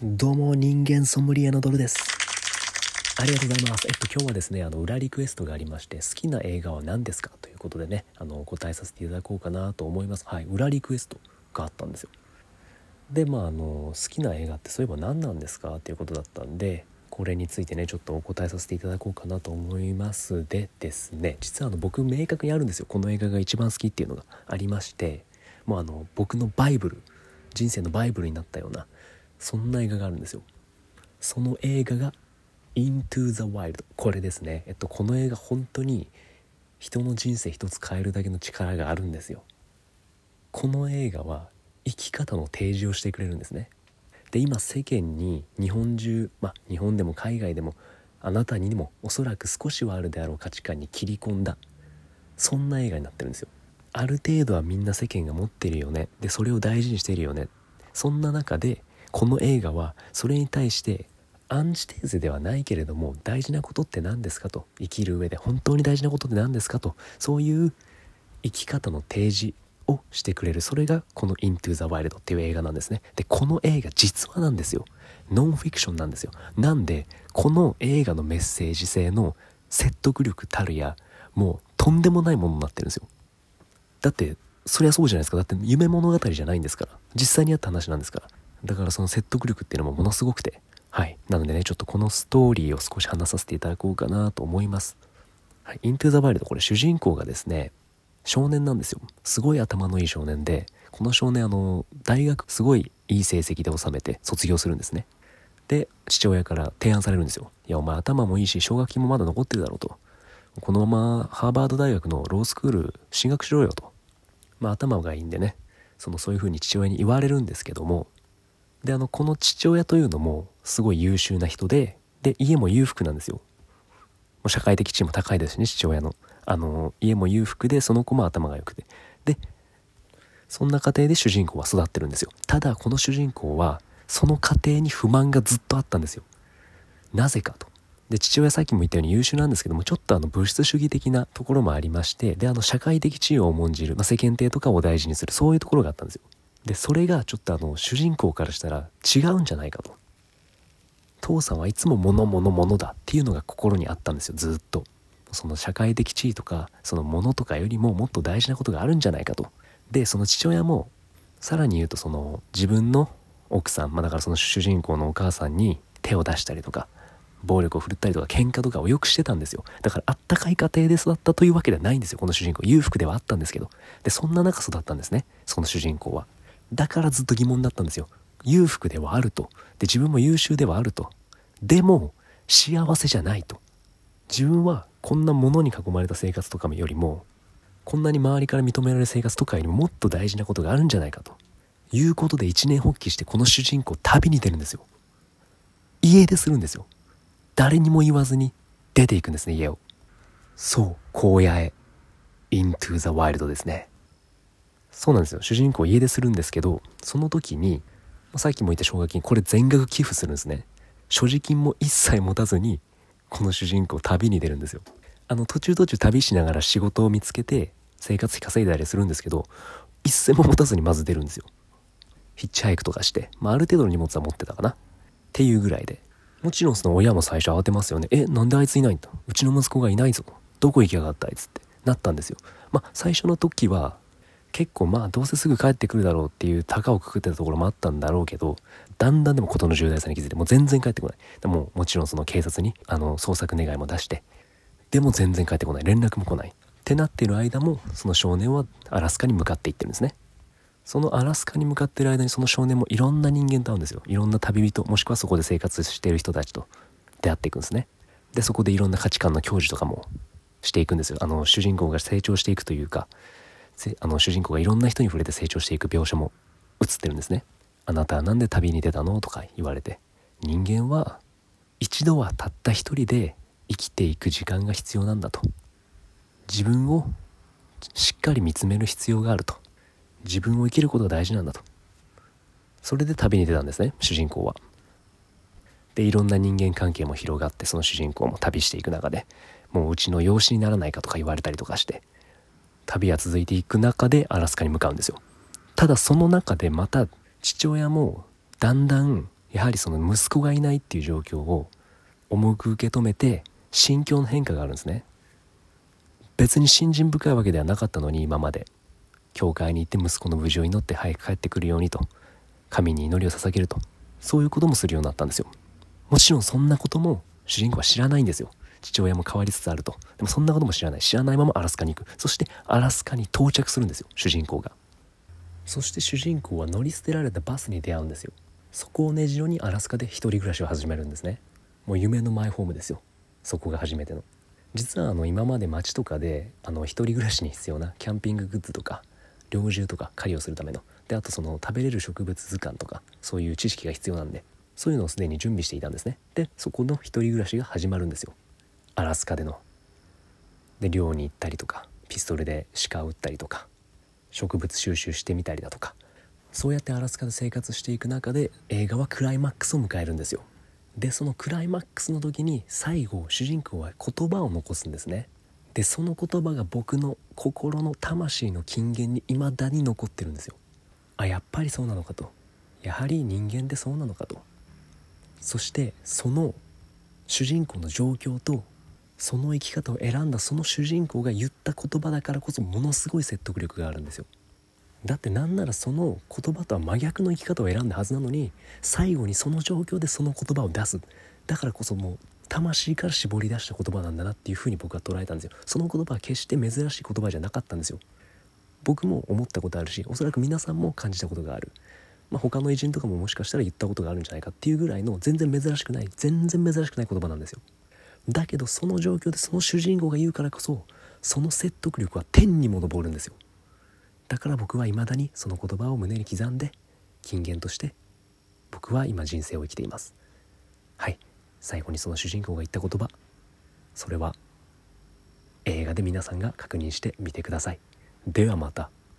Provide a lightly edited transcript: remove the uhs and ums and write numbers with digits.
どうも、人間ソムリエのドルです。ありがとうございます。今日はですね、裏リクエストがありまして、好きな映画は何ですかということでね、お答えさせていただこうかなと思います。はい、裏リクエストがあったんですよ。で、好きな映画ってそういえば何なんですかっていうことだったんで、これについてね、ちょっとお答えさせていただこうかなと思いますでですね、実は僕明確にあるんですよ。この映画が一番好きっていうのがありまして、もう僕のバイブル、人生のバイブルになったような、そんな映画があるんですよ。その映画が Into the Wild、 これですね。この映画本当に人の人生一つ変えるだけの力があるんですよ。この映画は生き方の提示をしてくれるんですね。で、今世間に日本中、日本でも海外でもあなたにもおそらく少しはあるであろう価値観に切り込んだ、そんな映画になってるんですよ。ある程度はみんな世間が持ってるよね。で、それを大事にしてるよね。そんな中でこの映画はそれに対してアンチテーゼではないけれども、大事なことって何ですかと、生きる上で本当に大事なことって何ですかと、そういう生き方の提示をしてくれる、それがこの Into the Wild っていう映画なんですね。で、この映画実話なんですよ。ノンフィクションなんですよ。なんでこの映画のメッセージ性の説得力たるや、もうとんでもないものになってるんですよ。だってそりゃそうじゃないですか。だって夢物語じゃないんですから、実際にあった話なんですから。だからその説得力っていうのもものすごくて、はい、なのでね、ちょっとこのストーリーを少し話させていただこうかなと思います。はい、イントゥザワイルド、これ主人公がですね、少年なんですよ。すごい頭のいい少年で、この少年大学すごいいい成績で収めて卒業するんですね。で、父親から提案されるんですよ。いや、お前頭もいいし奨学金もまだ残ってるだろうと、このままハーバード大学のロースクール進学しろよと。頭がいいんでね、そういう風に父親に言われるんですけども、でこの父親というのもすごい優秀な人で、家も裕福なんですよ。もう社会的地位も高いですしね、父親の家も裕福で、その子も頭が良くて、でそんな家庭で主人公は育ってるんですよ。ただこの主人公はその家庭に不満がずっとあったんですよ。なぜかと。で、父親さっきも言ったように優秀なんですけども、ちょっと物質主義的なところもありまして、で社会的地位を重んじる、世間体とかを大事にする、そういうところがあったんですよ。でそれがちょっと主人公からしたら違うんじゃないかと。父さんはいつも物だっていうのが心にあったんですよ。ずっとその社会的地位とかその物とかよりももっと大事なことがあるんじゃないかと。でその父親もさらに言うと、自分の奥さん、だからその主人公のお母さんに手を出したりとか暴力を振るったりとか喧嘩とかをよくしてたんですよ。だからあったかい家庭で育ったというわけではないんですよ。この主人公裕福ではあったんですけど、でそんな中育ったんですね、その主人公は。だからずっと疑問だったんですよ。裕福ではあると、で自分も優秀ではあると、でも幸せじゃないと。自分はこんなものに囲まれた生活とかよりも、こんなに周りから認められる生活とかよりももっと大事なことがあるんじゃないかということで、一年発起してこの主人公旅に出るんですよ。家出するんですよ。誰にも言わずに出ていくんですね、家を。そう、荒野へ Into the Wild ですね。そうなんですよ。主人公家出するんですけど、その時にさっきも言った奨学金、これ全額寄付するんですね。所持金も一切持たずにこの主人公旅に出るんですよ。途中旅しながら仕事を見つけて生活費稼いだりするんですけど、一銭も持たずにまず出るんですよ。ヒッチハイクとかして、ある程度の荷物は持ってたかなっていうぐらいで、もちろんその親も最初慌てますよね。なんであいついないんだ、うちの息子がいないぞ、どこ行きやがったあいつってなったんですよ。最初の時は結構どうせすぐ帰ってくるだろうっていう高をくくってたところもあったんだろうけど、だんだんでも事の重大さに気づいて、もう全然帰ってこない。でももちろんその警察に捜索願いも出して、でも全然帰ってこない、連絡も来ないってなっている間も、その少年はアラスカに向かっていってるんですね。そのアラスカに向かっている間に、その少年もいろんな人間と会うんですよ。いろんな旅人、もしくはそこで生活している人たちと出会っていくんですね。でそこでいろんな価値観の享受とかもしていくんですよ。主人公が成長していくというか、主人公がいろんな人に触れて成長していく描写も映ってるんですね。あなたはなんで旅に出たのとか言われて、人間は一度はたった一人で生きていく時間が必要なんだと、自分をしっかり見つめる必要があると、自分を生きることが大事なんだと。それで旅に出たんですね、主人公は。でいろんな人間関係も広がって、その主人公も旅していく中で、もううちの養子にならないかとか言われたりとかして、旅は続いていく中でアラスカに向かうんですよ。ただその中でまた父親もだんだんやはりその息子がいないっていう状況を重く受け止めて心境の変化があるんですね。別に信心深いわけではなかったのに、今まで教会に行って息子の無事を祈って早く帰ってくるようにと神に祈りを捧げると、そういうこともするようになったんですよ。もちろんそんなことも主人公は知らないんですよ。父親も変わりつつあると。でもそんなことも知らないままアラスカに行く。そしてアラスカに到着するんですよ、主人公が。そして主人公は乗り捨てられたバスに出会うんですよ。そこを根城にアラスカで一人暮らしを始めるんですね。もう夢のマイホームですよ。そこが初めての。実は今まで街とかで一人暮らしに必要なキャンピンググッズとか猟銃とか狩りをするためので、あとその食べれる植物図鑑とかそういう知識が必要なんで、そういうのをすでに準備していたんですね。でそこの一人暮らしが始まるんですよ、アラスカでの。で猟に行ったりとか、ピストルで鹿を撃ったりとか、植物収集してみたりだとか、そうやってアラスカで生活していく中で映画はクライマックスを迎えるんですよ。でそのクライマックスの時に最後主人公は言葉を残すんですね。でその言葉が僕の心の魂の金言に未だに残ってるんですよ。あ、やっぱりそうなのかと、やはり人間ってそうなのかと。そしてその主人公の状況とその生き方を選んだその主人公が言った言葉だからこそものすごい説得力があるんですよ。だってなんならその言葉とは真逆の生き方を選んだはずなのに、最後にその状況でその言葉を出す。だからこそもう魂から絞り出した言葉なんだなっていうふうに僕は捉えたんですよ。その言葉は決して珍しい言葉じゃなかったんですよ。僕も思ったことあるし、おそらく皆さんも感じたことがある。他の偉人とかももしかしたら言ったことがあるんじゃないかっていうぐらいの全然珍しくない言葉なんですよ。だけどその状況でその主人公が言うからこそ、その説得力は天にも昇るんですよ。だから僕は未だにその言葉を胸に刻んで金言として僕は今人生を生きています。はい、最後にその主人公が言った言葉、それは映画で皆さんが確認してみてください。ではまた。